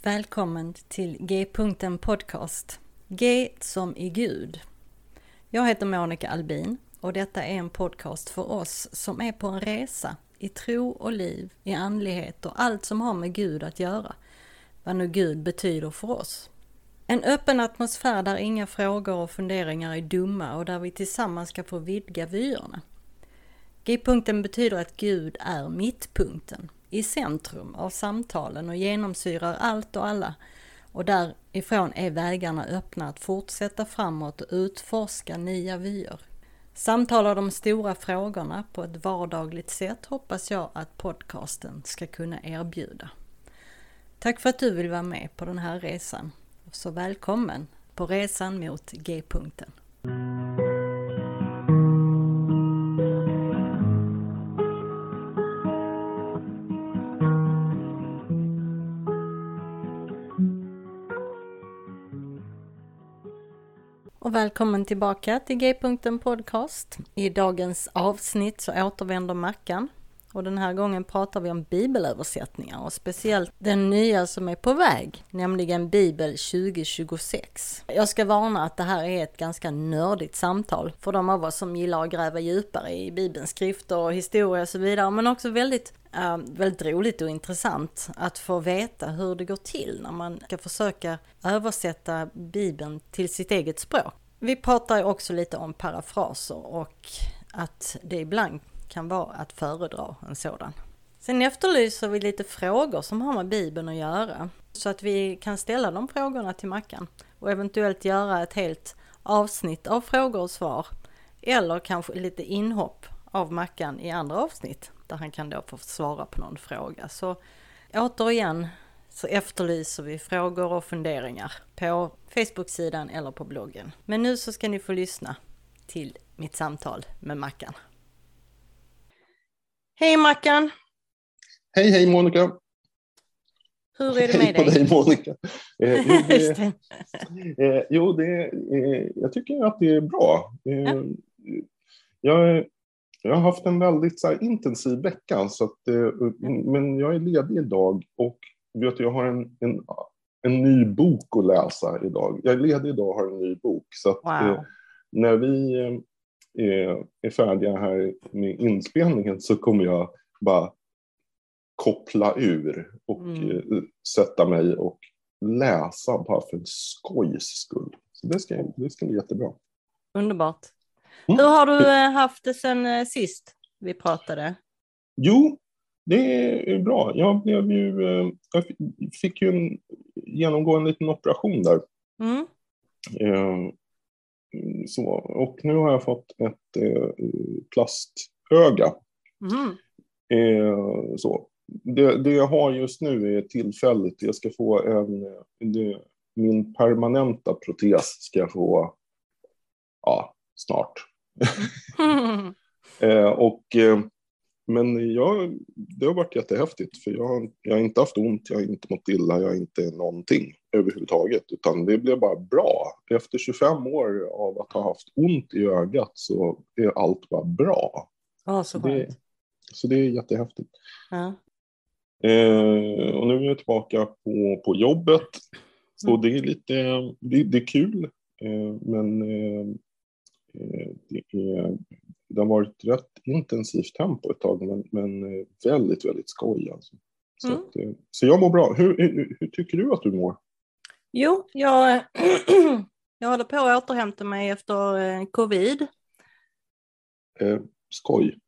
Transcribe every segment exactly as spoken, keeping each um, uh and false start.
Välkommen till G-punkten podcast. G som i Gud. Jag heter Monica Albin och detta är en podcast för oss som är på en resa i tro och liv, i andlighet och allt som har med Gud att göra. Vad nu Gud betyder för oss. En öppen atmosfär där inga frågor och funderingar är dumma och där vi tillsammans ska få vidga vyerna. G-punkten betyder att Gud är mittpunkten, i centrum av samtalen och genomsyrar allt och alla. Och därifrån är vägarna öppna att fortsätta framåt och utforska nya vyer. Samtalar de stora frågorna på ett vardagligt sätt hoppas jag att podcasten ska kunna erbjuda. Tack för att du vill vara med på den här resan. Så välkommen på resan mot G-punkten. Och välkommen tillbaka till G-punkten podcast. I dagens avsnitt så återvänder Mackan. Och den här gången pratar vi om bibelöversättningar och speciellt den nya som är på väg, nämligen Bibel tjugo tjugosex. Jag ska varna att det här är ett ganska nördigt samtal för de av oss som gillar att gräva djupare i Bibelns skrifter och historia och så vidare. Men också väldigt, äh, väldigt roligt och intressant att få veta hur det går till när man ska försöka översätta Bibeln till sitt eget språk. Vi pratar också lite om parafraser och att det ibland kan vara att föredra en sådan. Sen efterlyser vi lite frågor som har med Bibeln att göra. Så att vi kan ställa de frågorna till Mackan. Och eventuellt göra ett helt avsnitt av frågor och svar. Eller kanske lite inhopp av Mackan i andra avsnitt. Där han kan då få svara på någon fråga. Så återigen så efterlyser vi frågor och funderingar på Facebook-sidan eller på bloggen. Men nu så ska ni få lyssna till mitt samtal med Mackan. Hej Mackan! Hej hej Monica! Hur är det med hej på dig? dig Monica! Eh, jo, det, eh, jo det, eh, jag tycker att det är bra. Eh, Ja. jag, jag har haft en väldigt så här, intensiv vecka, så att, eh, men jag är ledig idag och vet, jag har en, en, en ny bok att läsa idag. Jag är ledig idag och har en ny bok. Så att, Wow. eh, när vi eh, är färdiga här med inspelningen så kommer jag bara koppla ur och Mm. eh, sätta mig och läsa bara för en skojs skull. Så det ska, det ska bli jättebra. Underbart. Mm. Hur har du eh, haft det sen eh, sist vi pratade? Jo, det är bra. Jag blev ju, eh, jag fick ju en, genomgå en liten operation där. Mm. Eh, så, och nu har jag fått ett eh, plastöga. Mm. Eh, så. Det, det jag har just nu är tillfälligt. Jag ska få en, det, min permanenta protes ska jag få ja, snart. Mm. eh, och, eh, men jag, det har varit jättehäftigt för jag, jag har inte haft ont, jag har inte mått illa, jag har inte någonting överhuvudtaget, utan det blev bara bra. Efter tjugofem år av att ha haft ont i ögat så är allt bara bra. Oh, så det, så det är jättehäftigt. Ja. Eh, och nu är jag tillbaka på, på jobbet. Så Mm. det är lite det, det är kul. Eh, men eh, det, är, det har varit rätt intensivt tempo ett tag. Men, men väldigt, väldigt skoj. Alltså. Så, Mm. att, eh, så jag mår bra. Hur, hur, hur tycker du att du mår? Jo, jag, jag håller på att återhämta mig efter eh, covid. Eh, skoj.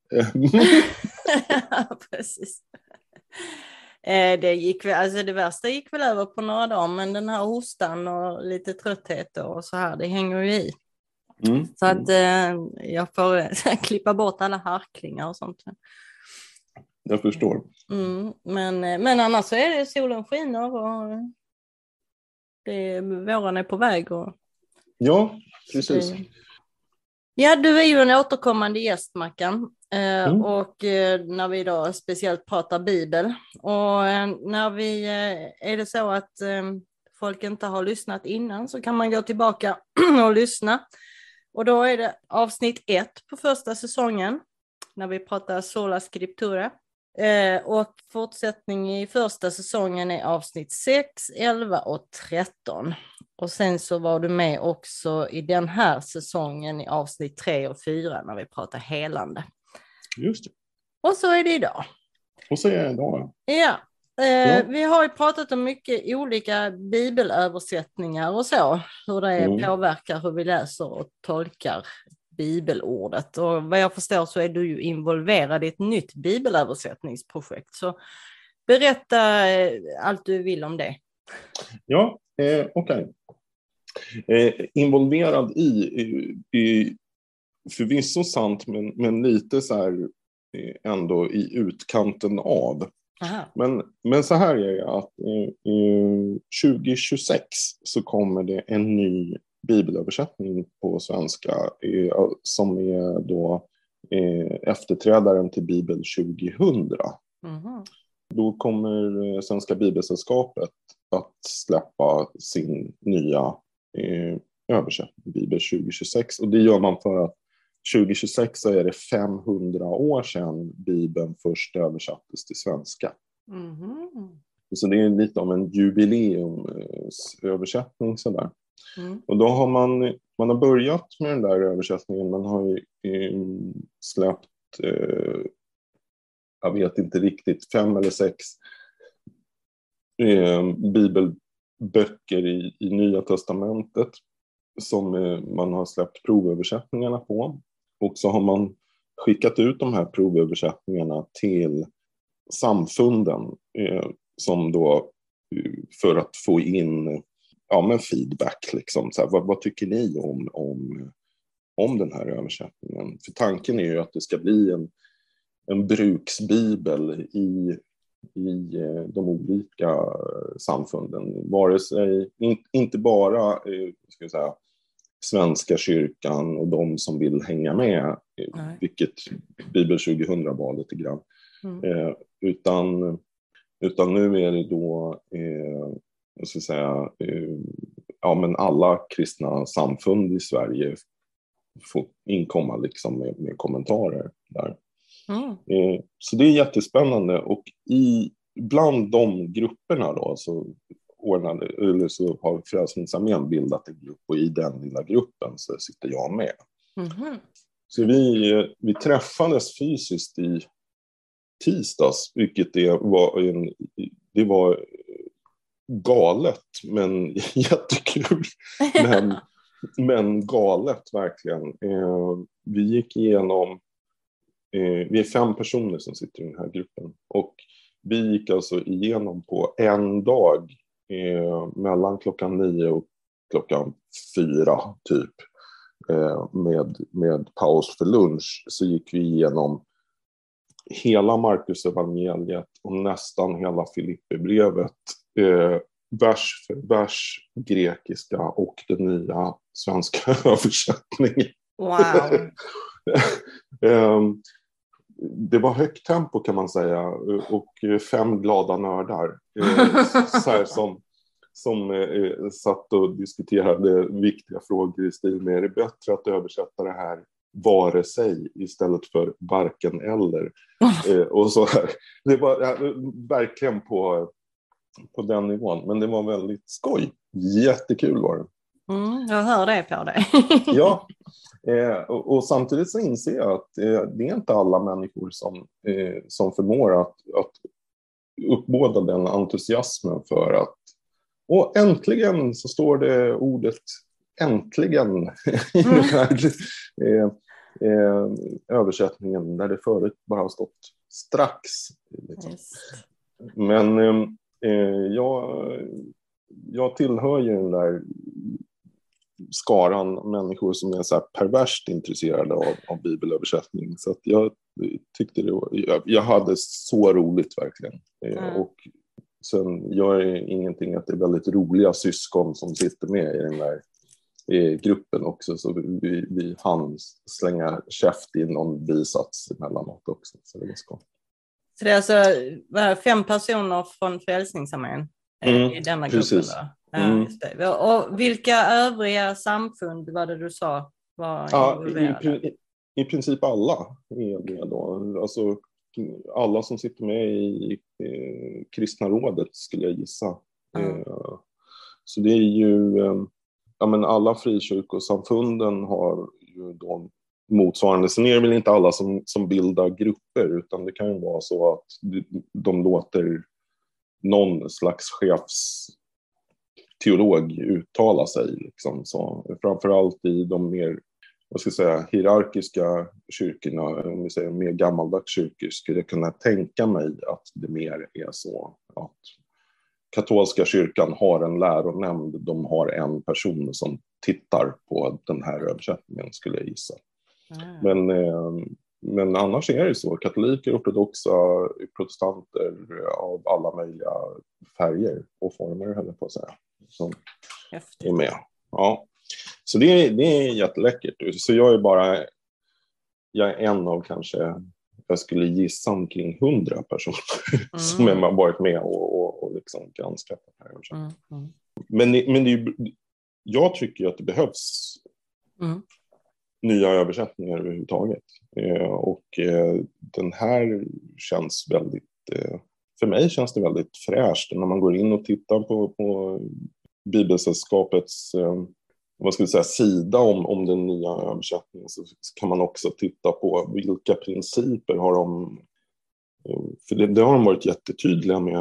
Ja, precis. Eh, det gick väl, alltså det värsta gick väl över på några dagar, men den här hostan och lite trötthet och så här, det hänger ju i. Mm. Så att eh, jag får eh, klippa bort alla harklingar och sånt. Jag förstår. Mm, men, men annars så är det solen skiner och det, våren är på väg. Och, Ja, precis. det, ja, du är ju en återkommande gäst, Mackan. Eh, Mm. och eh, när vi då speciellt pratar Bibel. Och eh, när vi, eh, är det så att eh, folk inte har lyssnat innan så kan man gå tillbaka och lyssna. Och då är det avsnitt ett på första säsongen när vi pratar Sola Scriptura. Eh, och fortsättning i första säsongen är avsnitt sex, elva och tretton. Och sen så var du med också i den här säsongen i avsnitt tre och fyra när vi pratar helande. Just det. Och så är det idag. Och så är det idag. Ja. Eh, Ja. Vi har ju pratat om mycket olika bibelöversättningar och så. Hur det Mm. påverkar hur vi läser och tolkar bibelordet. Och vad jag förstår så är du ju involverad i ett nytt bibelöversättningsprojekt. Så berätta eh, allt du vill om det. Ja, eh, okej. Okay. Eh, involverad i, i, i förvisso sant, men, men lite så här eh, ändå i utkanten av. Aha. Men, men så här är det att eh, tjugo tjugosex så kommer det en ny bibelöversättning på svenska eh, som är då eh, efterträdaren till Bibel tjugohundra. Mm-hmm. Då kommer Svenska Bibelsällskapet att släppa sin nya eh, översättning, Bibel tjugo tjugosex. Och det gör man för att tjugo tjugosex så är det femhundra år sedan Bibeln först översattes till svenska. Mm-hmm. Så det är lite om en jubileumsöversättning sådär. Mm. Och då har man, man har börjat med den där översättningen. Man har ju eh, släppt, eh, jag vet inte riktigt, fem eller sex eh, bibelböcker i, i Nya testamentet som eh, man har släppt provöversättningarna på. Och så har man skickat ut de här provöversättningarna till samfunden eh, som då eh, för att få in ja, men feedback liksom. Så här, vad, vad tycker ni om, om, om den här översättningen? För tanken är ju att det ska bli en, en bruksbibel i, i de olika samfunden. Vare sig, in, inte bara eh, ska jag säga, Svenska kyrkan och de som vill hänga med, Nej. vilket Bibel tjugohundra var lite grann. Mm. Eh, utan, utan nu är det då eh, jag ska säga, eh, ja, men alla kristna samfund i Sverige får inkomma liksom med, med kommentarer där. Mm. Eh, så det är jättespännande, och i, bland de grupperna då så ordnade, eller så har Frälsningsarmén bildat en grupp, och i den lilla gruppen så sitter jag med. Mm. Så vi, vi träffades fysiskt i tisdags, vilket det var en, det var galet men jättekul. Men, men galet verkligen. Eh, vi gick igenom, eh, vi är fem personer som sitter i den här gruppen, och vi gick alltså igenom på en dag eh, mellan klockan nio och klockan fyra typ eh, med, med paus för lunch, så gick vi igenom hela Markus evangeliet och nästan hela Filippibrevet, eh, vers för vers, grekiska och den nya svenska översättningen. Wow. eh, det var högt tempo kan man säga, och fem glada nördar eh, så här, som, som eh, satt och diskuterade viktiga frågor i stil med: är det bättre att översätta det här vare sig istället för varken eller? eh, och så här. Det var ja, verkligen på, på den nivån, men det var väldigt skoj. Jättekul var det. Mm, jag hör det på dig. Ja, eh, och, och samtidigt så inser jag att eh, det är inte alla människor som, eh, som förmår att, att uppbåda den entusiasmen för att, och äntligen så står det ordet äntligen i den här eh, eh, översättningen, där det förut bara har stått strax. Liksom. Yes. Men eh, jag, jag tillhör ju den där skaran människor som är så här perverst intresserade av, av bibelöversättning. Så att jag tyckte det var, jag, jag hade så roligt verkligen. Mm. Eh, och sen gör det ingenting att det är väldigt roliga syskon som sitter med i den där eh, gruppen också. Så vi, vi hann slänga käft i någon bisats emellanåt också. Så det var skoj. Så det är alltså fem personer från Frälsningsarmén mm, i denna gruppen precis. då? Ja, mm. Just det. Och vilka övriga samfund var det du sa var ja, i, i, i princip alla är med då. Alltså alla som sitter med i eh, Kristna rådet skulle jag gissa. Mm. Eh, så det är ju, eh, ja men alla frikyrkosamfunden har ju då motsvarande. Sen är det väl inte alla som, som bildar grupper, utan det kan ju vara så att de, de låter någon slags chefsteolog uttala sig. Liksom. Så, framförallt i de mer, vad ska jag säga, hierarkiska kyrkorna, om vi säger mer gammaldags kyrkor, skulle jag kunna tänka mig att det mer är så att katolska kyrkan har en läronämnd, de har en person som tittar på den här översättningen, skulle jag gissa. Mm. Men, eh, men annars är det så, katoliker, ortodoxa, protestanter av alla möjliga färger och former, höll jag på att säga, som Häftigt. Är med. Ja. Så det är, det är jätteläckert. Så jag är bara, jag är en av kanske, jag skulle gissa omkring hundra personer mm. som har varit med och, och, och liksom granskat det här. Mm. Mm. Men, men det är, jag tycker att det behövs mm. nya översättningar överhuvudtaget. Eh, och eh, den här känns väldigt, eh, för mig känns det väldigt fräscht när man går in och tittar på, på Bibelsällskapets eh, vad ska jag säga, sida om, om den nya översättningen, så kan man också titta på vilka principer har de, för det, det har de varit jättetydliga med.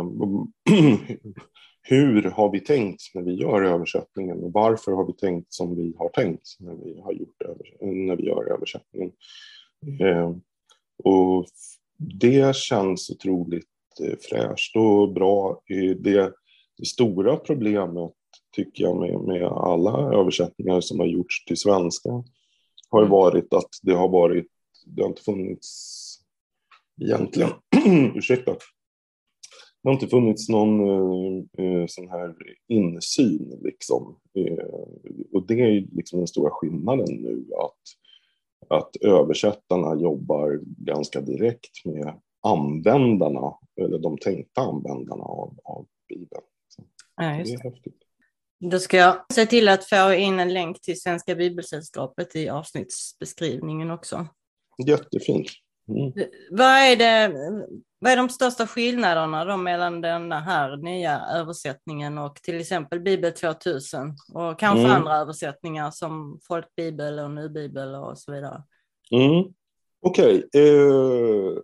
Hur har vi tänkt när vi gör översättningen och varför har vi tänkt som vi har tänkt när vi, har gjort när vi gör översättningen. Eh, och det känns otroligt eh, fräscht och bra. Det, det stora problemet tycker jag med, med alla översättningar som har gjorts till svenska har mm. varit att det har varit, det har inte funnits egentligen, ursäkta, det har inte funnits någon eh, sån här insyn liksom. Eh, och det är liksom den stora skillnaden nu, att, att översättarna jobbar ganska direkt med användarna, eller de tänkta användarna av, av Bibeln. Så, ja, just det är häftigt. Då ska jag se till att få in en länk till Svenska Bibelsällskapet i avsnittsbeskrivningen också. Jättefint. Mm. Vad är det, vad är de största skillnaderna då mellan den här nya översättningen och till exempel Bibel tvåtusen och kanske mm. andra översättningar som Folkbibel och Nybibel och så vidare? Mm. Okej. Okay. Uh,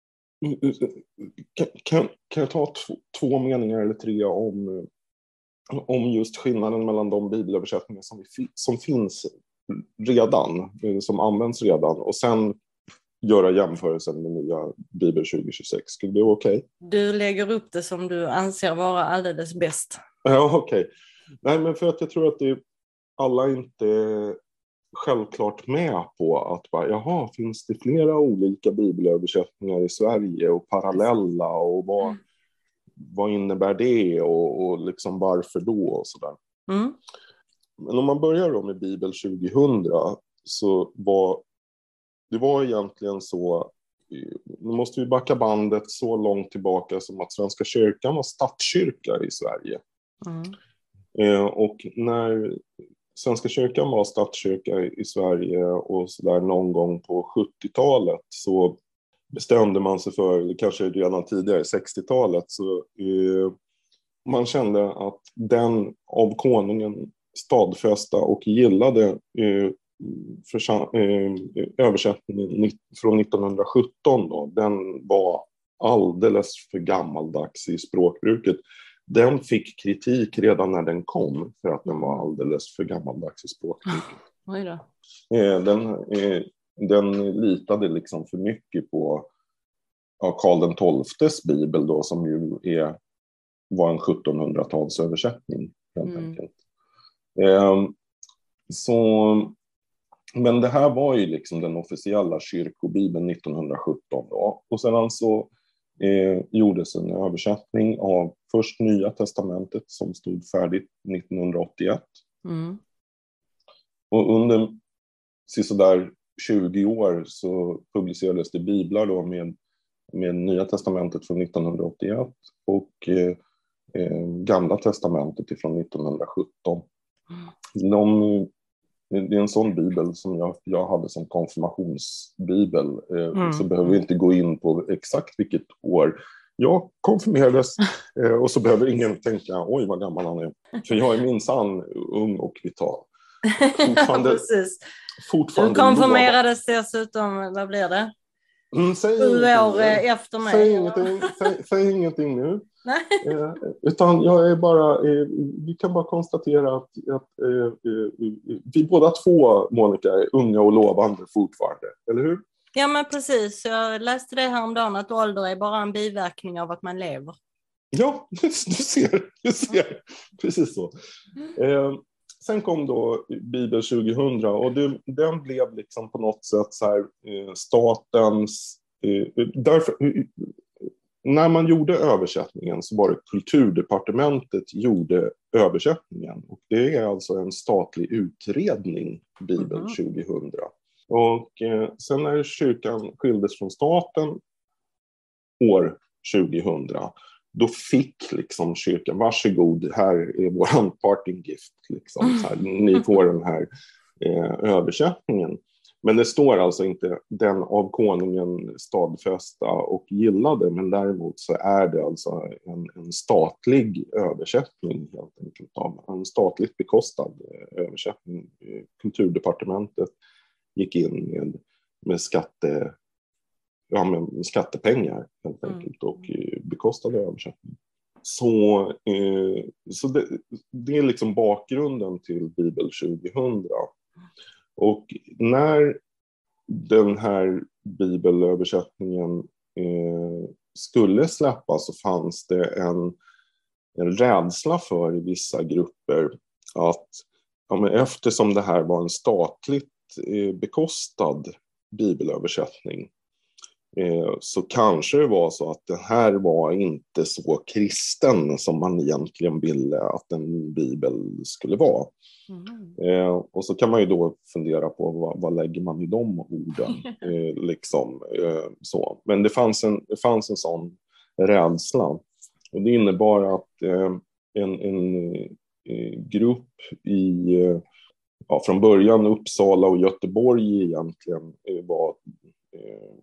kan, kan, kan jag ta t- två meningar eller tre om, om just skillnaden mellan de bibelöversättningar som, vi, som finns redan, som används redan, och sen göra jämförelsen med nya Bibel tjugo tjugosex. Skulle det vara okej? Okay? Du lägger upp det som du anser vara alldeles bäst. Ja, okej. Okay. Nej, men för att jag tror att det alla inte är självklart med på att bara, jaha, finns det flera olika bibelöversättningar i Sverige och parallella och vad, mm. vad innebär det och, och liksom varför då och sådär. Mm. Men om man börjar då med Bibel tjugohundra, så var det var egentligen så, nu måste vi backa bandet så långt tillbaka som att Svenska kyrkan var statskyrka i Sverige. Mm. Eh, och när Svenska kyrkan var statskyrka i Sverige och så där någon gång på sjuttiotalet, så bestämde man sig för, eller kanske redan tidigare sextiotalet, så eh, man kände att den av konungen stadfästa och gillade eh, för, eh, översättningen från nittonhundrasjutton då, den var alldeles för gammaldags i språkbruket. Den fick kritik redan när den kom för att den var alldeles för gammaldags i språkbruket. Oj då. Eh, den, eh, den litade liksom för mycket på ja, Karl den tolftes bibel då, som ju är, var en sjuttonhundratalsöversättning helt mm. enkelt. Eh, så Men det här var ju liksom den officiella kyrkobibeln nittonhundrasjutton då. Och sedan så eh, gjordes en översättning av först Nya testamentet som stod färdigt nittonhundraåttioett. Mm. Och under sådär tjugo år så publicerades det biblar då med, med Nya testamentet från nittonhundraåttioett och eh, eh, Gamla testamentet från nittonhundrasjutton. Mm. De det är en sån bibel som jag, jag hade som konfirmationsbibel. Eh, Mm. så behöver vi inte gå in på exakt vilket år jag konfirmerades. Eh, och så behöver ingen tänka, oj vad gammal han är. För jag är minsann ung och vital. Fortfarande, ja, precis. Fortfarande du konfirmerades lova. Dessutom, vad blir det? Mm, säg Sju år nu. efter mig. Säg ingenting, säg, säg ingenting nu. eh, utan jag är bara, eh, vi kan bara konstatera att, att eh, eh, vi båda två, Monica, är unga och lovande fortfarande, eller hur? Ja, men precis. Jag läste det här om dagen att ålder är bara en biverkning av att man lever. Ja, du ser, du ser. Precis så. Eh, sen kom då Bibel tjugohundra och det, den blev liksom på något sätt så här eh, statens... Eh, därför, eh, när man gjorde översättningen så var det Kulturdepartementet gjorde översättningen. Och det är alltså en statlig utredning, Bibel mm. tjugohundra. Och eh, sen när kyrkan skildes från staten år tjugohundra, då fick liksom kyrkan, varsågod, här är våran parting gift. Liksom, så här, ni får den här eh, översättningen. Men det står alltså inte den av konungen stadfästa och gillade, men däremot så är det alltså en, en statlig översättning helt enkelt, av en statligt bekostad översättning. Kulturdepartementet gick in med, med, skatte, ja, med skattepengar helt enkelt och bekostade översättning. Så, eh, så det, det är liksom bakgrunden till Bibel tjugohundra. Och när den här bibelöversättningen eh, skulle släppas så fanns det en, en rädsla för i vissa grupper att ja, men eftersom det här var en statligt eh, bekostad bibelöversättning eh, så kanske det var så att det här var inte så kristen som man egentligen ville att en bibel skulle vara. Mm. Eh, och så kan man ju då fundera på vad, vad lägger man i de orden eh, liksom, eh, så. Men det fanns, en, det fanns en sån rädsla och det innebar att eh, en, en eh, grupp i eh, ja, från början Uppsala och Göteborg egentligen eh, var eh,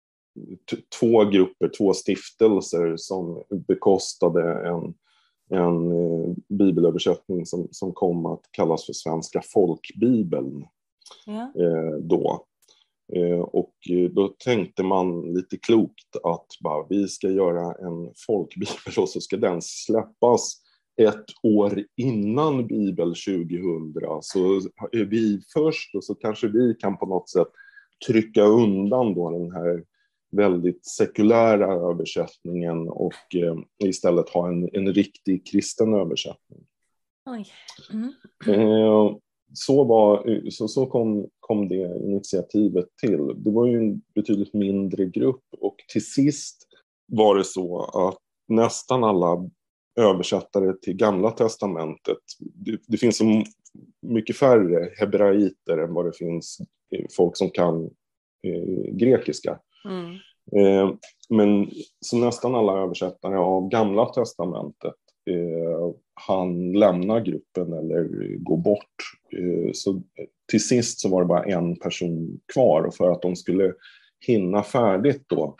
t- två grupper, två stiftelser som bekostade en en eh, bibelöversättning som, som kom att kallas för Svenska folkbibeln ja. eh, då. Eh, och då tänkte man lite klokt att bara, vi ska göra en folkbibel och så ska den släppas ett år innan Bibel tjugohundra. Så är vi först och så kanske vi kan på något sätt trycka undan då den här väldigt sekulära översättningen och eh, istället ha en, en riktig kristen översättning. Oj. Mm. Eh, så var, så, så kom, kom det initiativet till. Det var ju en betydligt mindre grupp och till sist var det så att nästan alla översättare till Gamla testamentet, det, det finns så mycket färre hebraiter än vad det finns folk som kan eh, grekiska. Mm. Eh, men så nästan alla översättare av Gamla testamentet eh, han lämnar gruppen eller går bort. Eh, så till sist så var det bara en person kvar och för att de skulle hinna färdigt då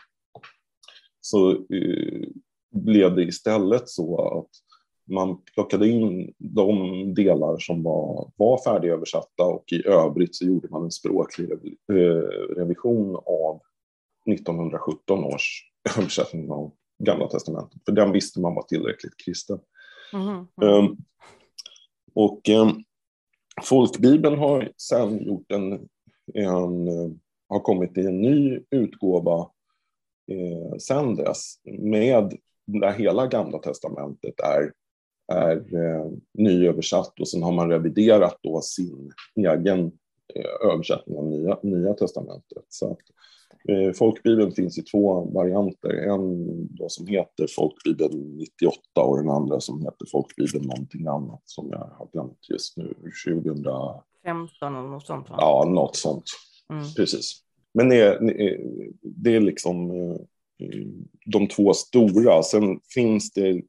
så eh, blev det istället så att man plockade in de delar som var, var färdigöversatta och i övrigt så gjorde man en språklig eh, revision av nittonhundrasjutton års översättning av Gamla testamentet. För den visste man var tillräckligt kristen. Mm, mm. Um, och um, folkbibeln har sen gjort en, en har kommit i en ny utgåva eh, sen dess med där hela Gamla testamentet är, är eh, nyöversatt och sen har man reviderat då sin egen eh, översättning av nya, nya testamentet. Så att eh, folkbibeln finns i två varianter. En då som heter folkbibeln nittioåtta och den andra som heter folkbibeln någonting annat som jag har glömt just nu. tjugofemton eller något sånt va? Ja, något sånt. Mm. Precis. Men det är, det är liksom de två stora. Sen finns det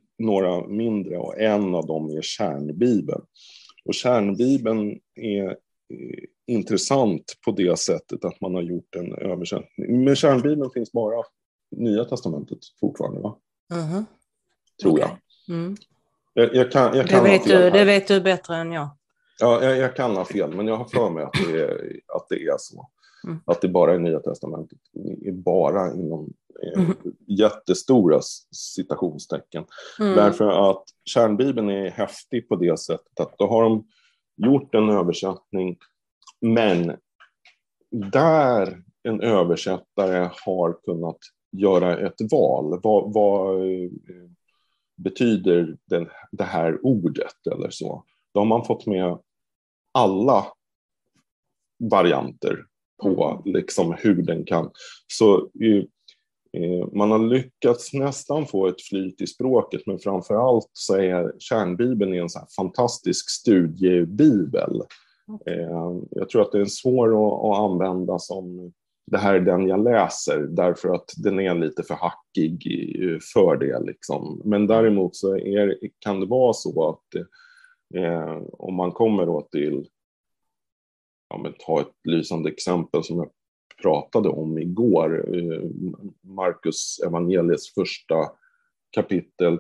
några mindre och en av dem är kärnbibeln. Och kärnbibeln är eh, intressant på det sättet att man har gjort en översättning. Men kärnbibeln finns bara Nya testamentet fortfarande, va? Mm-hmm. Tror Okay. jag. Mm. Jag, jag kan, jag kan det, ha vet fel du, här. det vet du bättre än jag. Ja, jag, jag kan ha fel, men jag har för mig att det är, att det är så. Mm. Att det bara är Nya testamentet. Det är bara inom eh, Mm. jättestora citationstecken. Mm. Därför att kärnbibeln är häftig på det sättet att då har de gjort en översättning, men där en översättare har kunnat göra ett val. Vad, vad eh, betyder den, det här ordet eller så? Då har man fått med alla varianter på liksom hur den kan. Så eh, man har lyckats nästan få ett flyt i språket, men framförallt så är kärnbibeln en så här fantastisk studiebibel. Eh, jag tror att det är svår att, att använda som det här är den jag läser, därför att den är lite för hackig för det liksom. Men däremot så är, kan det vara så att eh, om man kommer då till, ja, men ta ett lysande exempel som jag pratade om igår, eh, Markus evangeliets första kapitel,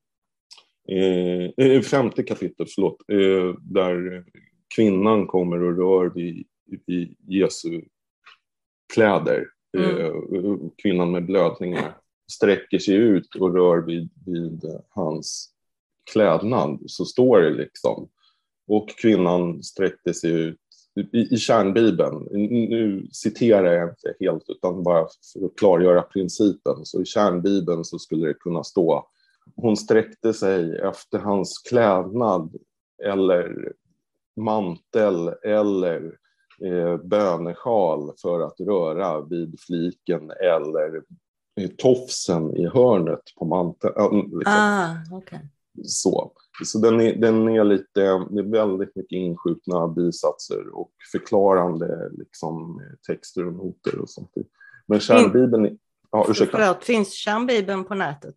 eh, femte kapitel, förlåt, eh, där kvinnan kommer och rör vid, vid Jesu kläder, mm. eh, kvinnan med blödningar sträcker sig ut och rör vid, vid hans klädnad, så står det liksom, och kvinnan sträckte sig ut i, i kärnbibeln. Nu citerar jag inte helt utan bara för att klargöra principen, så i kärnbibeln så skulle det kunna stå: hon sträckte sig efter hans klädnad eller mantel eller eh, bönesjal för att röra vid fliken eller eh, tofsen i hörnet på manteln. Äh, liksom. Ah, okay. Så, så den, är, den är lite, det är väldigt mycket inskjutna bisatser och förklarande liksom, texter och noter och sånt. Men kärnbibeln, ja, ursäkta. Förlåt, finns kärnbibeln på nätet?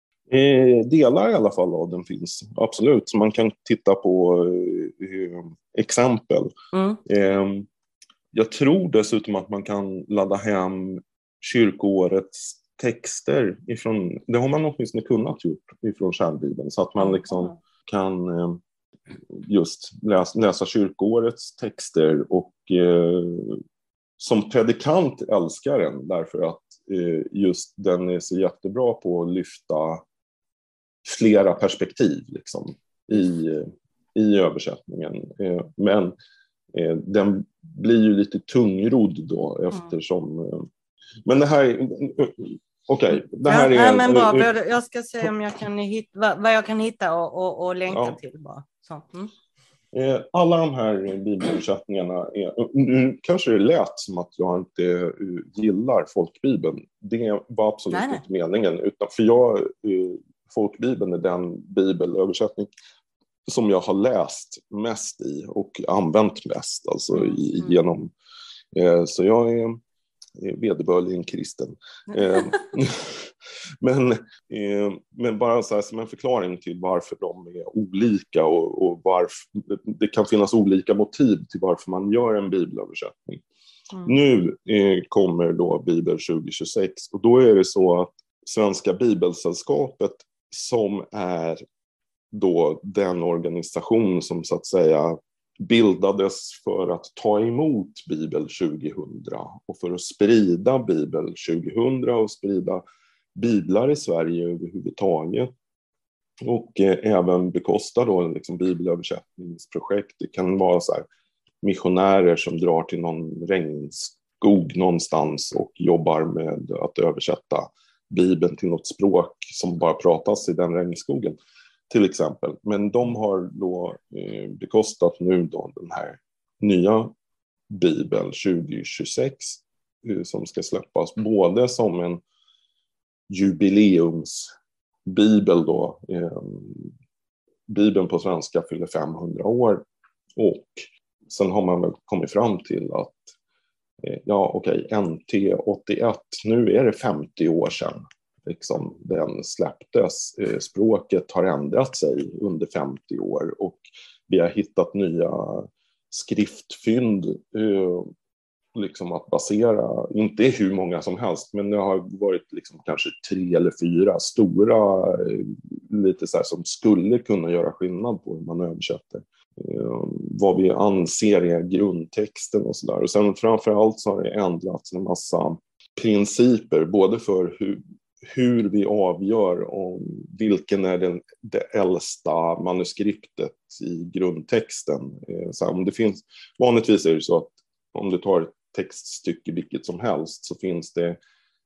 Eh, delar i alla fall av den finns, absolut. Så man kan titta på eh, exempel. Mm. Eh, jag tror dessutom att man kan ladda hem kyrkoårets texter ifrån, det har man åtminstone kunnat gjort ifrån kärnbibeln, så att man liksom kan eh, just läsa, läsa kyrkoårets texter och eh, som predikant älskar den därför att eh, just den är så jättebra på att lyfta flera perspektiv liksom, i, i översättningen. Eh, men eh, den blir ju lite tungrodd då mm. eftersom... Eh, men det här... Okej, okay, det här ja, är... En, men bra, jag ska se om jag kan hitta, vad, vad jag kan hitta och, och, och länka ja. till bara. Så. Mm. Eh, alla de här bibelöversättningarna är... Nu kanske det lät som att jag inte uh, gillar folkbibeln. Det var absolut nej, nej. inte meningen. Utan, för jag... Uh, folkbibeln är den bibelöversättning som jag har läst mest i och använt mest, alltså mm. i, genom, eh, så jag är, är vederbörligen kristen. Eh, men, eh, men bara så här, som en förklaring till varför de är olika och, och varför det kan finnas olika motiv till varför man gör en bibelöversättning. Mm. Nu eh, kommer då Bibel tjugo tjugosex och då är det så att Svenska Bibelsällskapet, som är då den organisation som så att säga bildades för att ta emot Bibel tjugohundra och för att sprida Bibel tjugohundra och sprida biblar i Sverige överhuvudtaget. Och eh, även bekosta då liksom bibelöversättningsprojekt. Det kan vara så här missionärer som drar till någon regnskog någonstans och jobbar med att översätta Bibeln till något språk som bara pratas i den regnskogen till exempel. Men de har då eh, bekostat nu då den här nya Bibeln tjugo tjugosex eh, som ska släppas både som en jubileumsbibel då. Eh, Bibeln på svenska fyller femhundra år och sen har man väl kommit fram till att ja, okej, okay, N T åttioett, nu är det femtio år sedan liksom, den släpptes. Språket har ändrat sig under femtio år och vi har hittat nya skriftfynd eh, liksom att basera, inte hur många som helst, men det har varit liksom kanske tre eller fyra stora, eh, lite så här som skulle kunna göra skillnad på hur man översätter. Eh, vad vi anser är grundtexten och sådär. Och sen framförallt så har det ändrats en massa principer, både för hur, hur vi avgör om vilken är den, det äldsta manuskriptet i grundtexten. Eh, så här, om det finns, vanligtvis är det så att om du tar ett textstycke vilket som helst så finns det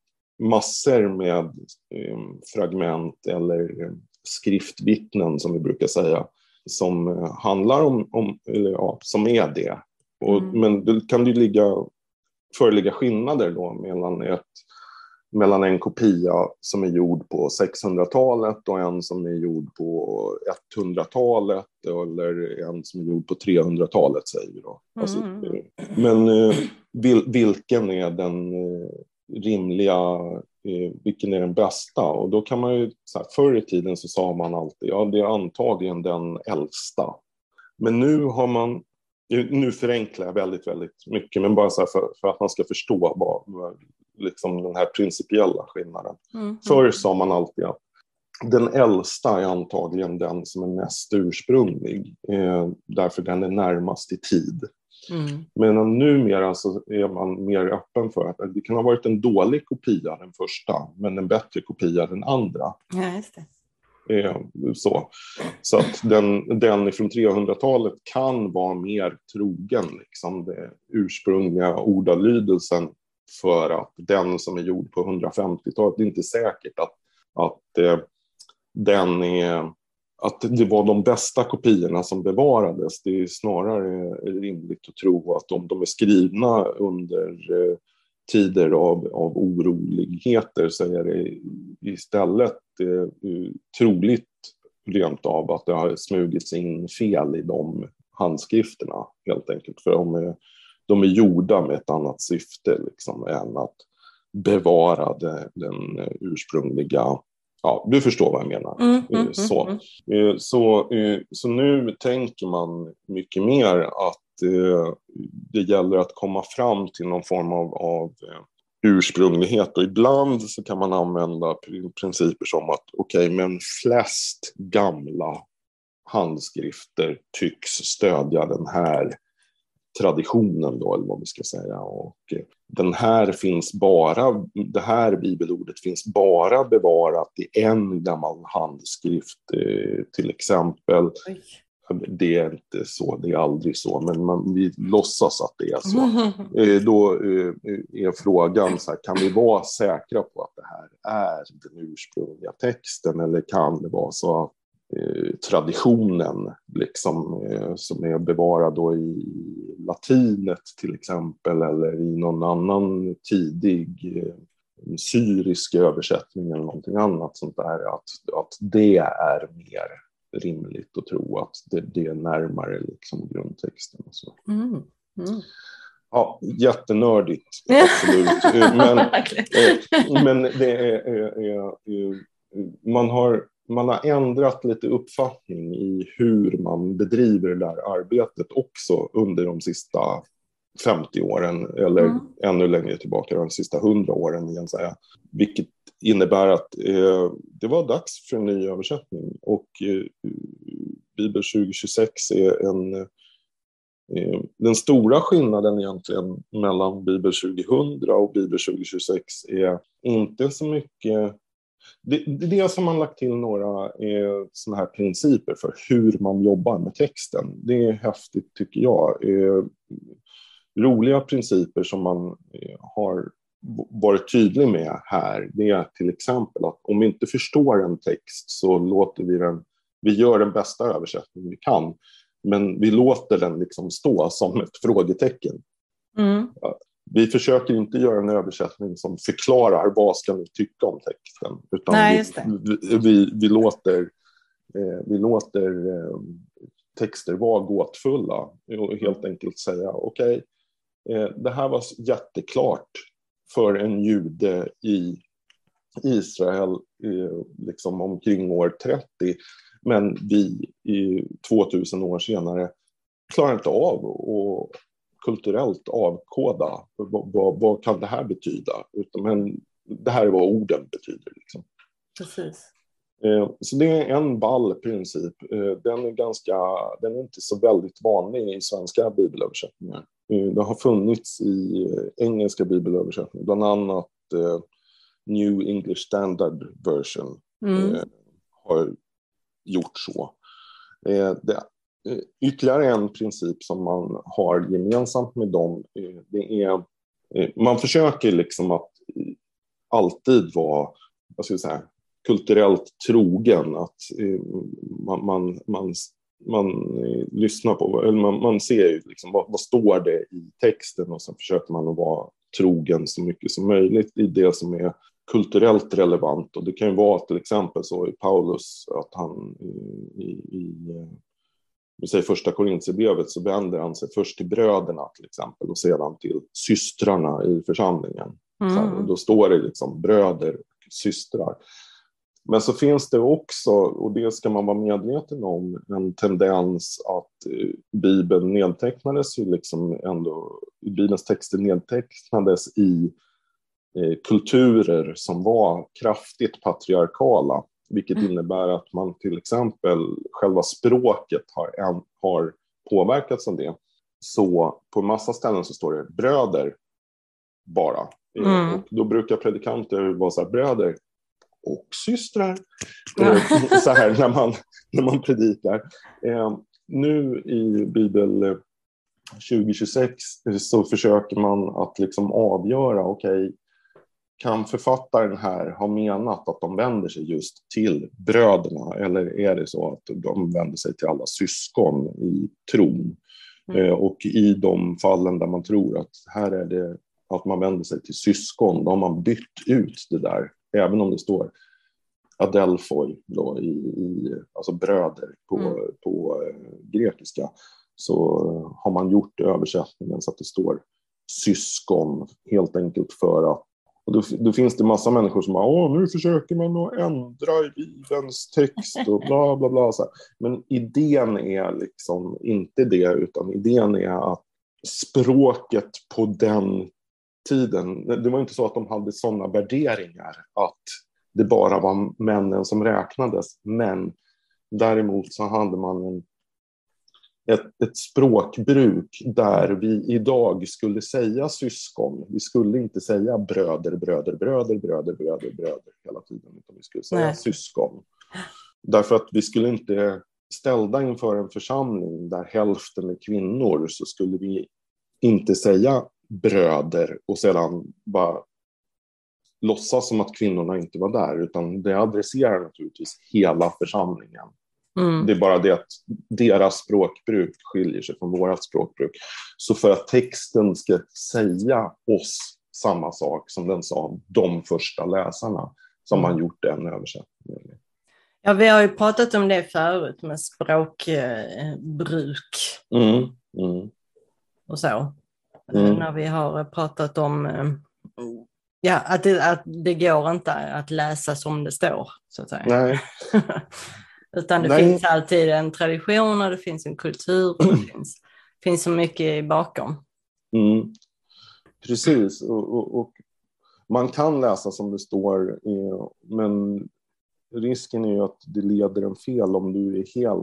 massor med eh, fragment eller eh, skriftvittnen som vi brukar säga som eh, handlar om, om eller ja, som är det. Och, mm. Men det kan ju ligga föreligga skillnader då mellan ett mellan en kopia som är gjord på sexhundratalet och en som är gjord på etthundratalet eller en som är gjord på trehundratalet, säger vi då. Mm. Alltså, men vil, vilken är den rimliga, vilken är den bästa? Och då kan man ju, så här, förr i tiden så sa man alltid, ja, det är antagligen den äldsta. Men nu har man, nu förenklar jag väldigt, väldigt mycket, men bara så här för, för att man ska förstå vad, liksom den här principiella skillnaden. Mm. Förr sa man alltid att den äldsta är antagligen den som är mest ursprunglig, eh, därför den är närmast i tid. Mm. Men numera så är man mer öppen för att det kan ha varit en dålig kopia den första, men en bättre kopia den andra. Ja, just det. Så, så att den, den från trehundratalet kan vara mer trogen liksom det ursprungliga ordalydelsen, för att den som är gjord på hundrafemtiotalet, det är inte säkert att, att, eh, den är, att det var de bästa kopiorna som bevarades. Det är snarare rimligt att tro att om de är skrivna under eh, tider av, av oroligheter så är det istället eh, troligt rent av att det har smugits in fel i de handskrifterna, helt enkelt. För de är, de är gjorda med ett annat syfte liksom, än att bevara det, den ursprungliga. Ja, du förstår vad jag menar. Mm, mm, så. Mm, mm. Så, så nu tänker man mycket mer att det gäller att komma fram till någon form av, av ursprunglighet, och ibland så kan man använda principer som att okej, okay, men flest gamla handskrifter tycks stödja den här traditionen då, eller vad vi ska säga, och den här finns bara, det här bibelordet finns bara bevarat i en gammal handskrift till exempel. Oj. Det är inte så, det är aldrig så, men man, vi låtsas att det är så. Mm. Då är frågan så här, kan vi vara säkra på att det här är den ursprungliga texten, eller kan det vara så att eh, traditionen liksom, eh, som är bevarad då i latinet till exempel, eller i någon annan tidig eh, syrisk översättning eller någonting annat sånt där, att, att det är mer rimligt att tro att det, det är närmare liksom grundtexten och så. Mm. Mm. Ja, jättenördigt, absolut. men, eh, men det är, är, är, är man har man har ändrat lite uppfattning i hur man bedriver det där arbetet också under de sista femtio åren, eller mm. ännu längre tillbaka, de sista hundra åren igen, säga. Vilket innebär att eh, det var dags för en ny översättning, och eh, Bibel tjugo tjugosex är en eh, den stora skillnaden egentligen mellan Bibel tjugohundra och Bibel tjugo tjugosex är inte så mycket. Det, det är som man lagt till några eh, såna här principer för hur man jobbar med texten. Det är häftigt, tycker jag. Eh, roliga principer som man eh, har varit tydlig med här, det är till exempel att om vi inte förstår en text så låter vi den, vi gör den bästa översättning vi kan, men vi låter den liksom stå som ett frågetecken. Mm. Vi försöker inte göra en översättning som förklarar vad ska ni tycka om texten, utan Nej, vi, vi, vi, vi låter, eh, vi låter eh, texter vara gåtfulla och helt enkelt säga okej, okay, eh, det här var jätteklart för en jude i Israel eh, liksom omkring år trettio, men vi i tvåtusen år senare klarar inte av och kulturellt avkoda vad, vad, vad kan det här betyda, utan men det här är vad orden betyder liksom. Precis. Eh, så det är en ball princip. Eh, den är ganska, den är inte så väldigt vanlig i svenska bibelöversättningar. Eh, det har funnits i engelska bibelöversättningar, bland annat eh, New English Standard Version Mm. eh, har gjort så. Eh, det, eh, ytterligare en princip som man har gemensamt med dem, eh, det är eh, man försöker liksom att alltid vara, vad ska jag säga, kulturellt trogen, att eh, man, man, man, man eh, lyssnar på, eller man, man ser ju liksom vad, vad står det i texten, och sen försöker man att vara trogen så mycket som möjligt i det som är kulturellt relevant. Och det kan ju vara till exempel så i Paulus att han i, i, i säger första Korinthierbrevet så vänder han sig först till bröderna till exempel och sedan till systrarna i församlingen. Mm. Så, och då står det liksom bröder och systrar. Men så finns det också, och det ska man vara medveten om, en tendens att eh, Bibeln nedtecknades ju liksom ändå, Bibelns texter nedtecknades i eh, kulturer som var kraftigt patriarkala, vilket mm. innebär att man till exempel, själva språket har, en, har påverkats av det. Så på en massa ställen så står det bröder bara. Mm. Och då brukar predikanter vara så här, bröder och systrar, mm. så här när man, när man predikar. Eh, nu i Bibel tjugo tjugosex så försöker man att liksom avgöra, okej, okay, kan författaren här ha menat att de vänder sig just till bröderna, eller är det så att de vänder sig till alla syskon i tron? Mm. Eh, och i de fallen där man tror att här är det att man vänder sig till syskon, då har man bytt ut det där, även om det står adelphoi då, i, i, alltså bröder på, mm. på eh, grekiska, så har man gjort översättningen så att det står syskon, helt enkelt för att, och då, då finns det massa människor som bara, åh, nu försöker man att ändra i Bibelns text och bla bla bla så här. Men idén är liksom inte det, utan idén är att språket på den tiden, det var inte så att de hade sådana värderingar att det bara var männen som räknades, men däremot så hade man en, ett, ett språkbruk där vi idag skulle säga syskon. Vi skulle inte säga bröder, bröder, bröder, bröder, bröder, bröder hela tiden, utan vi skulle säga Nej. syskon. Därför att vi skulle inte, ställda inför en församling där hälften är kvinnor, så skulle vi inte säga bröder och sedan bara låtsas som att kvinnorna inte var där, utan det adresserar naturligtvis hela församlingen. Mm. Det är bara det att deras språkbruk skiljer sig från vårat språkbruk. Så för att texten ska säga oss samma sak som den sa de första läsarna, så har man gjort den översättningen. Ja, vi har ju pratat om det förut med språkbruk mm. Mm. och så. Mm. När vi har pratat om ja, att, det, att det går inte att läsa som det står, så att säga. Nej. Utan det Nej. finns alltid en tradition och det finns en kultur och det finns, finns så mycket bakom. Mm. Precis, och, och, och man kan läsa som det står, men risken är ju att det leder en fel om du är helt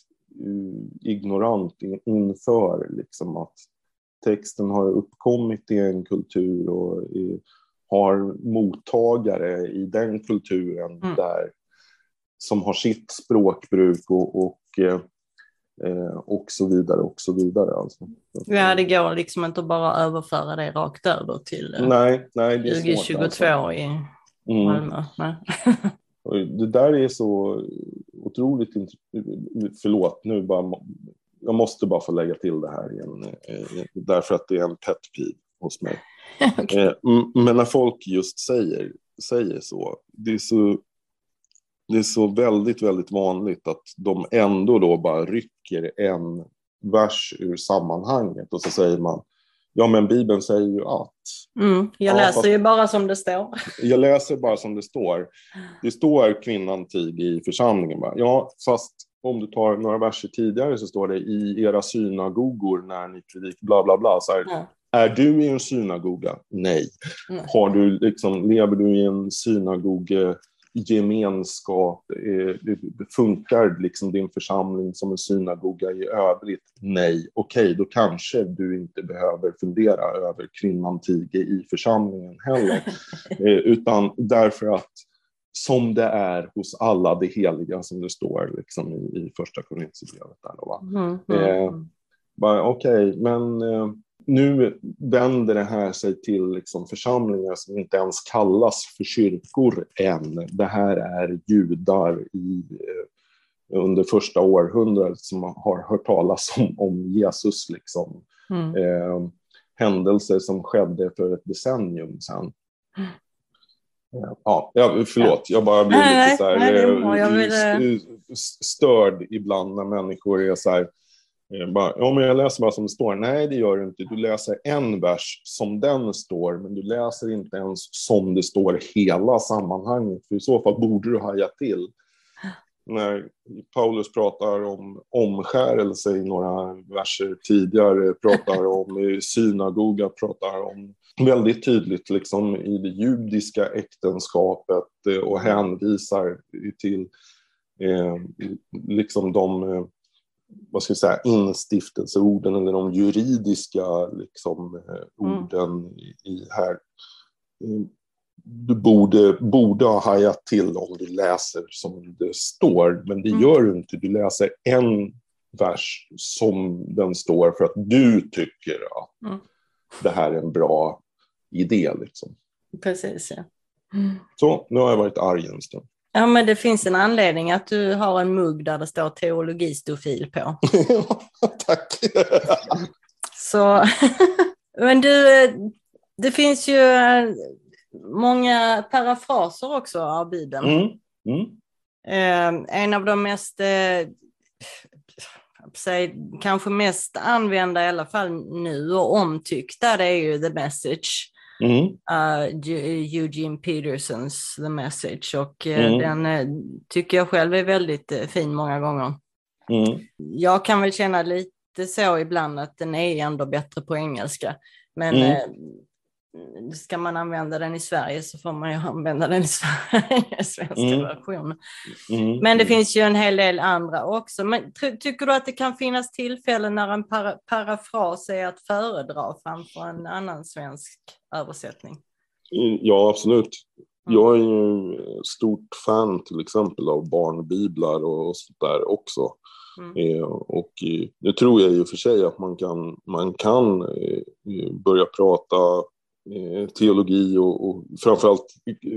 ignorant inför liksom att texten har uppkommit i en kultur och i, har mottagare i den kulturen mm. där som har sitt språkbruk och, och, eh, och så vidare och så vidare. Alltså. Ja, det går liksom inte att bara överföra det rakt över till nej, nej, det är tjugo tjugotvå alltså. I Malmö. Mm. Nej. Det där är så otroligt, förlåt nu bara, jag måste bara få lägga till det här igen, därför att det är en pet peeve hos mig. Okay. Men när folk just säger, säger så, det är så, det är så väldigt, väldigt vanligt att de ändå då bara rycker en vers ur sammanhanget och så säger man, ja men Bibeln säger ju att. Mm, jag ja, läser fast, ju bara som det står. Jag läser bara som det står. Det står kvinnan tid i församlingen. Bara. Ja, fast om du tar några verser tidigare så står det i era synagogor när ni predik bla bla bla. Så här, ja. Är du i en synagoga? Nej. Nej. Har du liksom, lever du i en synagogegemenskap? Eh, funkar liksom din församling som en synagoga i övrigt? Nej. Okej, då kanske du inte behöver fundera över kvinnan tiger i församlingen heller. eh, utan därför att som det är hos alla det heliga som det står liksom i, i första Korinthierbrevet där då, va? Mm, mm. Eh, Okej, okay, men eh, nu vänder det här sig till liksom församlingar som inte ens kallas för kyrkor än. Det här är judar i, eh, under första århundradet som har hört talas om, om Jesus liksom. Mm. Eh, händelser som skedde för ett decennium sedan. Mm. Ja, förlåt, jag bara blir nej, lite så här, nej, jag vill... störd ibland när människor är så här, bara, ja men jag läser vad som står. Nej, det gör du inte. Du läser en vers som den står, men du läser inte ens som det står hela sammanhanget. För i så fall borde du haja till. När Paulus pratar om omskärelse i några verser tidigare, pratar om synagoga, pratar om väldigt tydligt liksom i det judiska äktenskapet och hänvisar till eh, liksom de eh, vad ska jag säga, instiftelseorden eller de juridiska liksom, eh, orden mm. i, i här. Du borde, borde ha hajat till om du läser som det står, men det mm. gör du inte. Du läser en vers som den står för att du tycker att mm. det här är en bra idé. Liksom. Precis, ja. Mm. Så, nu har jag varit arg en stund. Ja, men det finns en anledning att du har en mugg där det står teologistofil på. Tack. Så, men du, det finns ju många parafraser också av Bibeln. Mm. Mm. Eh, en av de mest, eh, säg, kanske mest använda i alla fall nu och omtyckta, det är ju The Message. Mm. Uh, Eugene Petersons The Message, och uh, mm. den uh, tycker jag själv är väldigt uh, fin många gånger. Mm. Jag kan väl känna lite så ibland att den är ändå bättre på engelska, men mm. uh, ska man använda den i Sverige så får man ju använda den i Sverige, svenska mm. versionen. Mm. Men det finns ju en hel del andra också. Men ty- tycker du att det kan finnas tillfällen när en para- parafras är att föredra framför en annan svensk översättning? Ja, absolut. Mm. Jag är ju stort fan till exempel av barnbiblar och sånt där också. Mm. Eh, och eh, nu tror jag ju för sig att man kan, man kan eh, börja prata eh, teologi och, och framförallt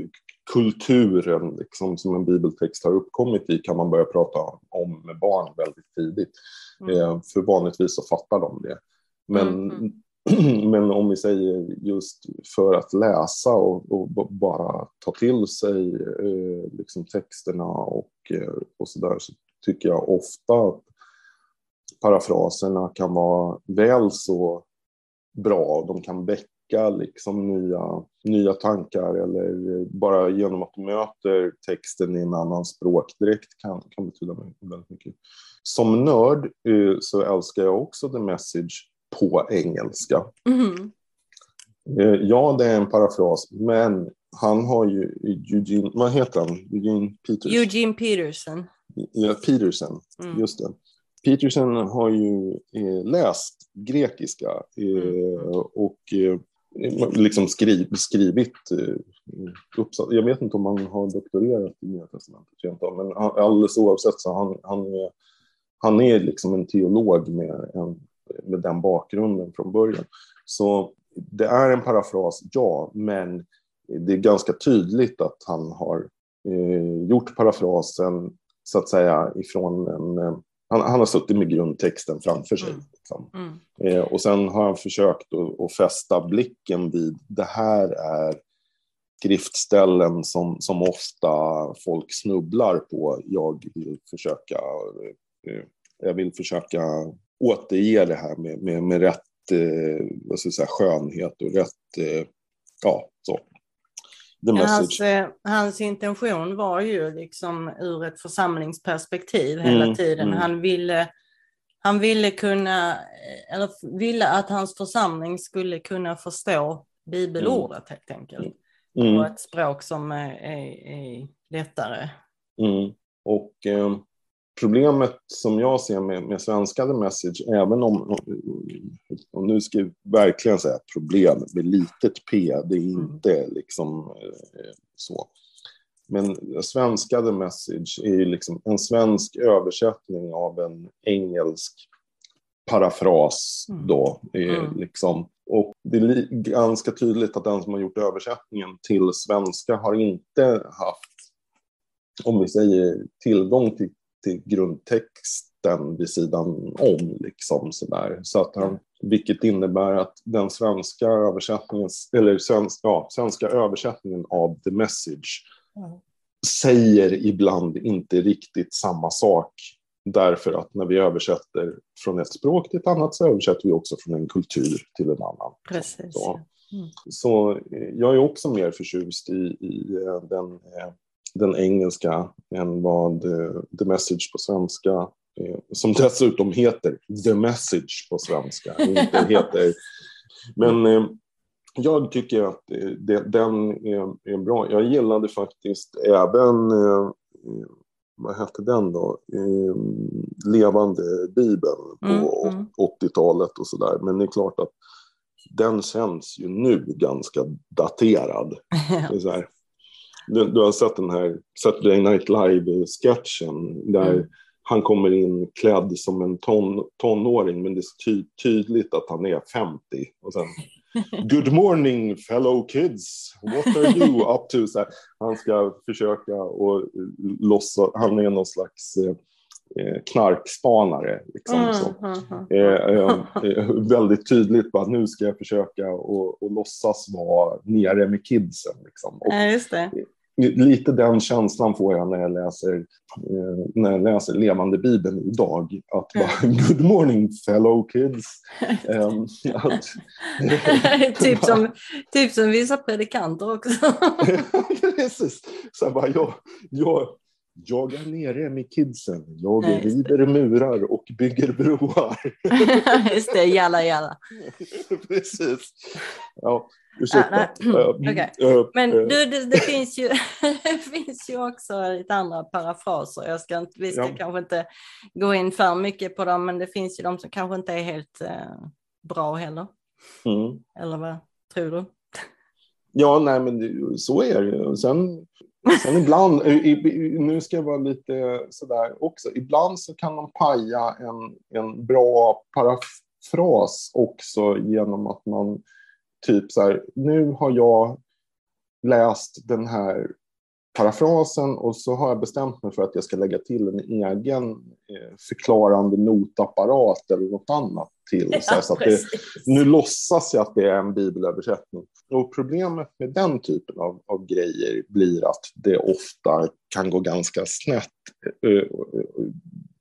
kulturen liksom, som en bibeltext har uppkommit i, kan man börja prata om med barn väldigt tidigt. Mm. Eh, för vanligtvis så fattar de det. Men, mm. men om vi säger just för att läsa och, och b- bara ta till sig eh, liksom texterna och, eh, och sådär, så tycker jag ofta att parafraserna kan vara väl så bra. De kan väcka liksom nya, nya tankar, eller bara genom att du möter texten i en annan språkdräkt kan, kan betyda väldigt mycket. Som nörd eh, så älskar jag också The Message på engelska. Mm. Eh, ja, det är en parafras, men han har ju Eugene, vad heter han? Eugene Peterson. Eugene Peterson. Ja, Peterson, mm. just det. Peterson har ju eh, läst grekiska eh, mm. och eh, liksom skriv, skrivit eh, uppsatt. Jag vet inte om han har doktorerat i Nya testamentet, men alldeles oavsett så han, han, är, han är liksom en teolog med, en, med den bakgrunden från början. Så det är en parafras, ja, men det är ganska tydligt att han har eh, gjort parafrasen så att säga ifrån en... Han, han har suttit med grundtexten framför sig. Mm. Liksom. Mm. Eh, och sen har han försökt att, att fästa blicken vid det här är skriftställen som, som ofta folk snubblar på. Jag vill försöka, eh, jag vill försöka återge det här med, med, med rätt eh, vad ska jag säga, skönhet och rätt... Eh, ja, så. the message. Hans, eh, hans intention var ju liksom ur ett församlingsperspektiv hela Mm, tiden. mm. Han ville, han ville kunna, eller ville att hans församling skulle kunna förstå bibelordet helt enkelt. Mm. På ett språk som är, är, är lättare. Mm. Och eh, problemet som jag ser med, med svenska The Message, även om, och nu ska jag verkligen säga problem med litet p, det är inte mm. liksom eh, så. Men svenska The Message är ju liksom en svensk översättning av en engelsk parafras då. Mm. Eh, liksom. Och det är li- ganska tydligt att den som har gjort översättningen till svenska har inte haft, om vi säger, tillgång till, till grundtexten vid sidan om. Liksom, sådär. Så att han, vilket innebär att den svenska översättningen, eller svenska, ja, svenska översättningen av The Message mm. säger ibland inte riktigt samma sak. Därför att när vi översätter från ett språk till ett annat så översätter vi också från en kultur till en annan. Precis. Så, mm. så jag är också mer förtjust i, i den, den engelska än vad The Message på svenska, som dessutom heter The Message på svenska, inte heter. Men jag tycker att det, den är, är bra. Jag gillade faktiskt även, vad hette den då? Eh, Levande Bibeln på mm, mm. åttiotalet och sådär. Men det är klart att den känns ju nu ganska daterad. Det är så här, du, du har sett den här Saturday Night Live-sketchen där mm. han kommer in klädd som en ton, tonåring, men det är ty, tydligt att han är femtio. Och sen good morning fellow kids, what are you up to? Så här, han ska försöka och lossa, han är någon slags eh, knarkspanare liksom, mm, så. Mm, mm. Eh, eh, väldigt tydligt på att nu ska jag försöka och, och låtsas vara nere med kidsen liksom. Och, ja, just det. Lite den känslan får jag när jag läser, eh, när jag läser Levande Bibeln idag. Att bara, good morning fellow kids. um, att, typ, som, typ som vissa predikanter också. Precis. Så bara, jag, jag, jag är nere med kidsen. Jag Nej, river murar och bygger broar. Just det, jalla jalla. Precis. Ja. Ursäkta. Ah, okay. Men du, det, det, finns ju, det finns ju också lite andra parafraser. Jag ska inte, vi ska ja. kanske inte gå in för mycket på dem, men det finns ju de som kanske inte är helt eh, bra heller. Mm. Eller vad tror du? Ja, nej men det, så är det. Sen, sen ibland, i, i, nu ska jag vara lite sådär också, ibland så kan de paja en, en bra parafras också genom att man typ så här, nu har jag läst den här parafrasen och så har jag bestämt mig för att jag ska lägga till en egen eh, förklarande notapparat eller något annat till. Ja, så här, så att det, nu låtsas jag att det är en bibelöversättning. Och problemet med den typen av, av grejer blir att det ofta kan gå ganska snett. Uh, uh, uh,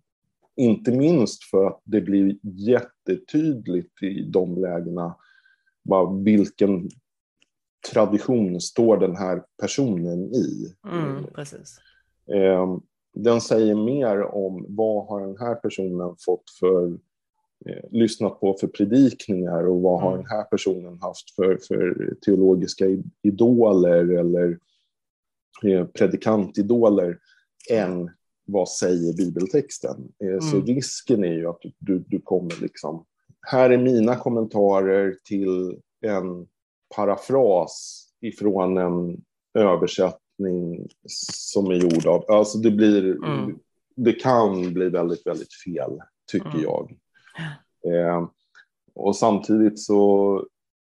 inte minst för att det blir jättetydligt i de lägena bara vilken tradition står den här personen i. Mm, precis. Eh, den säger mer om vad har den här personen fått för eh, lyssnat på för predikningar och vad mm. har den här personen haft för, för teologiska idoler eller eh, predikantidoler än vad säger bibeltexten. Eh, mm. Så risken är ju att du, du kommer liksom, här är mina kommentarer till en parafras ifrån en översättning som är gjord av, alltså det blir mm. det kan bli väldigt väldigt fel tycker mm. jag. Eh, och samtidigt så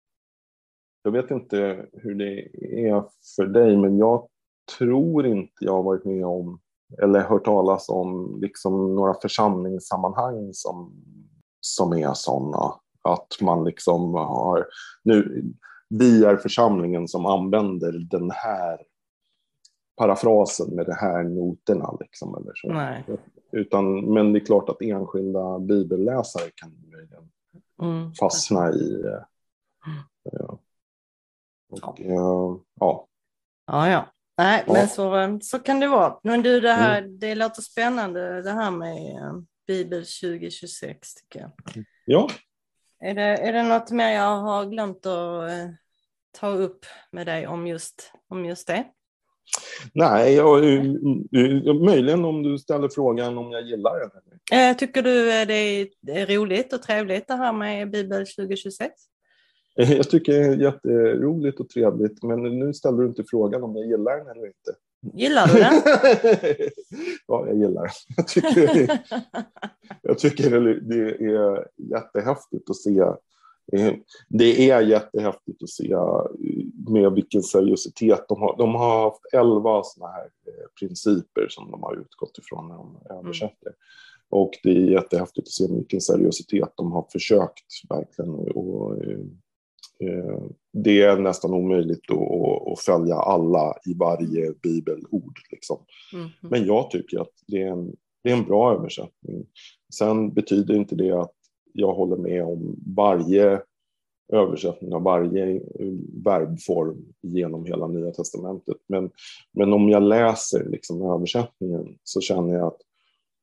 jag vet inte hur det är för dig, men jag tror inte jag har varit med om eller hört talas om liksom några församlingssammanhang som som är sådana att man liksom har nu vi är församlingen som använder den här parafrasen med de här noterna liksom eller så. Nej. Utan men det är klart att enskilda bibelläsare kan mm. fastna i mm. ja. Och ja, ja Ja, ja. Nej, Ja. men så, så kan det vara. Men du, det här, Mm. det låter spännande det här med eh, Bibel tjugo tjugosex tycker jag. Ja. Är det, är det något mer jag har glömt att eh, ta upp med dig om just, om just det? Nej, jag, jag, möjligen om du ställer frågan om jag gillar den. Eh, tycker du eh, det är, det är roligt och trevligt det här med Bibel tjugo tjugosex? Jag tycker det är jätteroligt och trevligt, men nu ställer du inte frågan om jag gillar den eller inte. Gillar du den? Ja, jag gillar den. Jag tycker, jag tycker det är jättehäftigt att se. Det är jättehäftigt att se med vilken seriositet de har. De har haft elva såna här principer som de har utgått ifrån när de översätter. Mm. Och det är jättehäftigt att se med vilken seriositet de har försökt verkligen. Och, det är nästan omöjligt att, att följa alla i varje bibelord. Liksom. Mm. Men jag tycker att det är, en, det är en bra översättning. Sen betyder inte det att jag håller med om varje översättning av varje verbform genom hela Nya testamentet. Men, men om jag läser liksom översättningen så känner jag att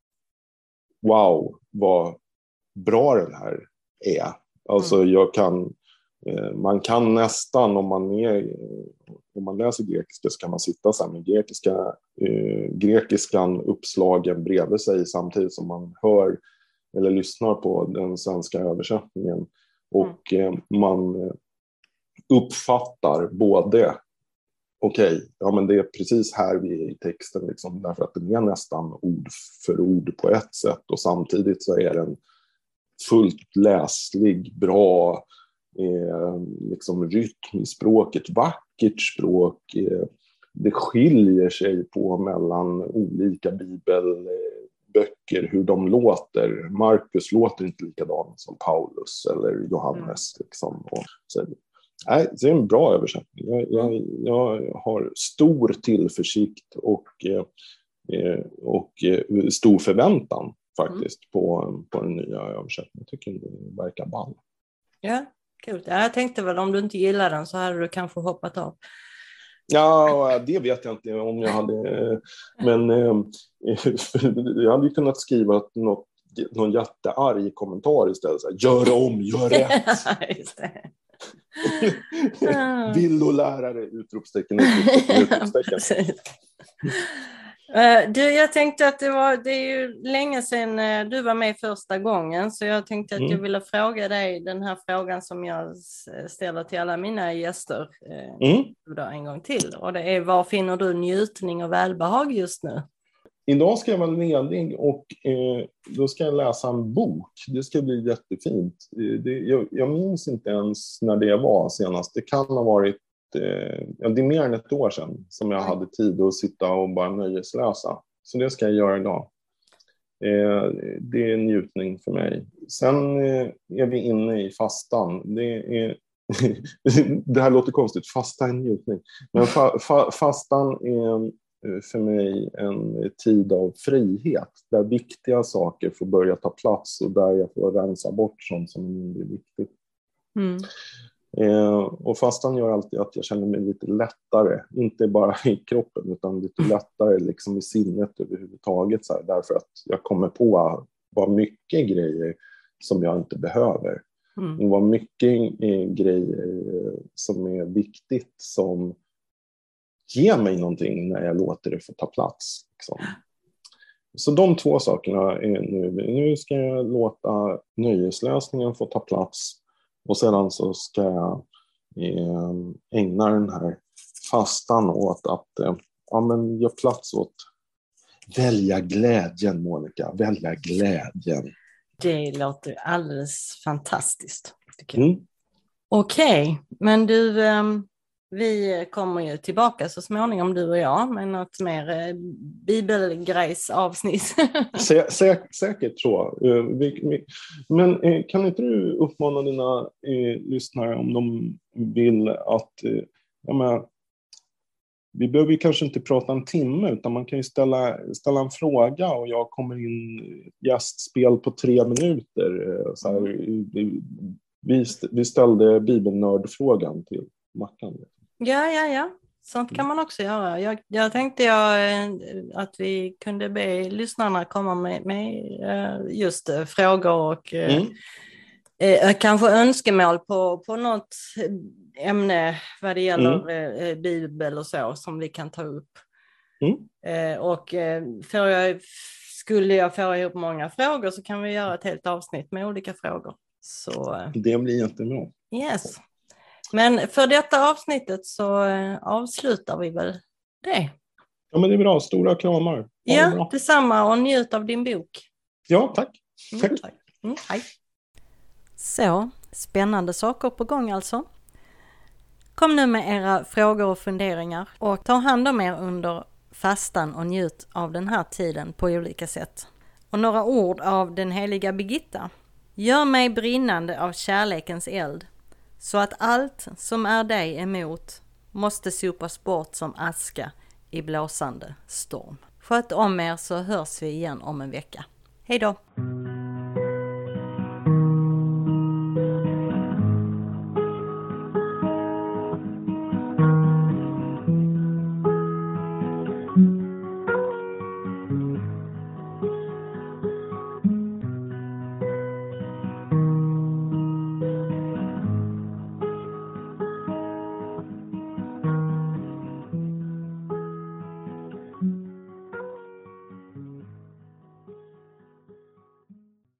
wow, vad bra den här är. Alltså mm. jag kan man kan nästan, om man, är, om man läser grekiska så kan man sitta så här med grekiska, eh, grekiskan uppslagen bredvid sig samtidigt som man hör eller lyssnar på den svenska översättningen. Och eh, man uppfattar både, okej, okay, ja men det är precis här vi är i texten liksom, därför att den är nästan ord för ord på ett sätt och samtidigt så är den fullt läslig, bra, Eh, liksom rytm i språket, vackert språk. Eh, det skiljer sig på mellan olika bibelböcker hur de låter. Markus låter inte likadant som Paulus eller Johannes. Mm. Liksom. Och så, nej, det är en bra översättning. Jag, jag, jag har stor tillförsikt och, eh, och eh, stor förväntan faktiskt mm. på, på den nya översättningen. Jag tycker det verkar ball. Ja. Kul. Jag tänkte väl om du inte gillar den så hade du kanske hoppat av. Ja, det vet jag inte om jag hade. Men eh, jag hade kunnat skriva något, någon jättearg kommentar istället. Så här, gör om, gör rätt. Just det. Villolärare, utropstecken, utropstecken, utropstecken. Uh, du, jag tänkte att det var, det är ju länge sedan uh, du var med första gången, så jag tänkte att mm. jag ville fråga dig den här frågan som jag ställer till alla mina gäster uh, mm. då en gång till, och det är: var finner du njutning och välbehag just nu? Idag ska jag vara ledig och eh, då ska jag läsa en bok. Det ska bli jättefint. Det, jag, jag minns inte ens när det var senast. Det kan ha varit Ja, det är mer än ett år sedan som jag hade tid att sitta och bara nöjesläsa. Så det ska jag göra idag. Det är en njutning för mig. Sen är vi inne i fastan. Det, är det här låter konstigt. Fasta är en njutning. Men fa, fa, fastan är för mig en tid av frihet. Där viktiga saker får börja ta plats och där jag får rensa bort sånt som är mindre viktigt. Mm. Eh, och fastan gör alltid att jag känner mig lite lättare, inte bara i kroppen utan lite lättare liksom i sinnet överhuvudtaget så här, därför att jag kommer på vad mycket grejer som jag inte behöver mm. och vad mycket eh, grejer som är viktigt som ger mig någonting när jag låter det få ta plats liksom. Så de två sakerna är nu, nu ska jag låta nöjesläsningen få ta plats. Och sedan så ska jag eh, ägna den här fastan åt att eh, ja, men ge plats åt välja glädjen, Monica. Välja glädjen. Det låter alldeles fantastiskt, tycker jag. Mm. Okej, okay, men du, eh, vi kommer ju tillbaka så småningom, du och jag, med något mer eh, bibelgrejsavsnitt. Sä, sä, säkert så. Uh, vi, vi, men uh, kan inte du uppmana dina uh, lyssnare om de vill att uh, ja, men, vi behöver ju kanske inte prata en timme utan man kan ju ställa, ställa en fråga och jag kommer in gästspel på tre minuter. Uh, så här, vi, vi ställde bibelnördfrågan till Mackan. Ja, ja, ja. sånt kan man också göra. Jag, jag tänkte jag, att vi kunde be lyssnarna komma med, med just frågor och mm. eh, kanske önskemål på, på något ämne vad det gäller mm. eh, Bibel och så som vi kan ta upp. Mm. Eh, och eh, för jag, skulle jag få ihop många frågor så kan vi göra ett helt avsnitt med olika frågor. Så, eh, det blir jättebra. Yes. Men för detta avsnittet så eh, avslutar vi väl det. Ja, men det är bra. Stora kramar. Ha ja, det bra. Detsamma och njut av din bok. Ja, tack. Mm, tack. tack. Mm, hej. Så, spännande saker på gång alltså. Kom nu med era frågor och funderingar och ta hand om er under fastan och njut av den här tiden på olika sätt. Och några ord av den heliga Birgitta. Gör mig brinnande av kärlekens eld, så att allt som är dig emot måste sopas bort som aska i blåsande storm. Sköt om er så hörs vi igen om en vecka. Hej då!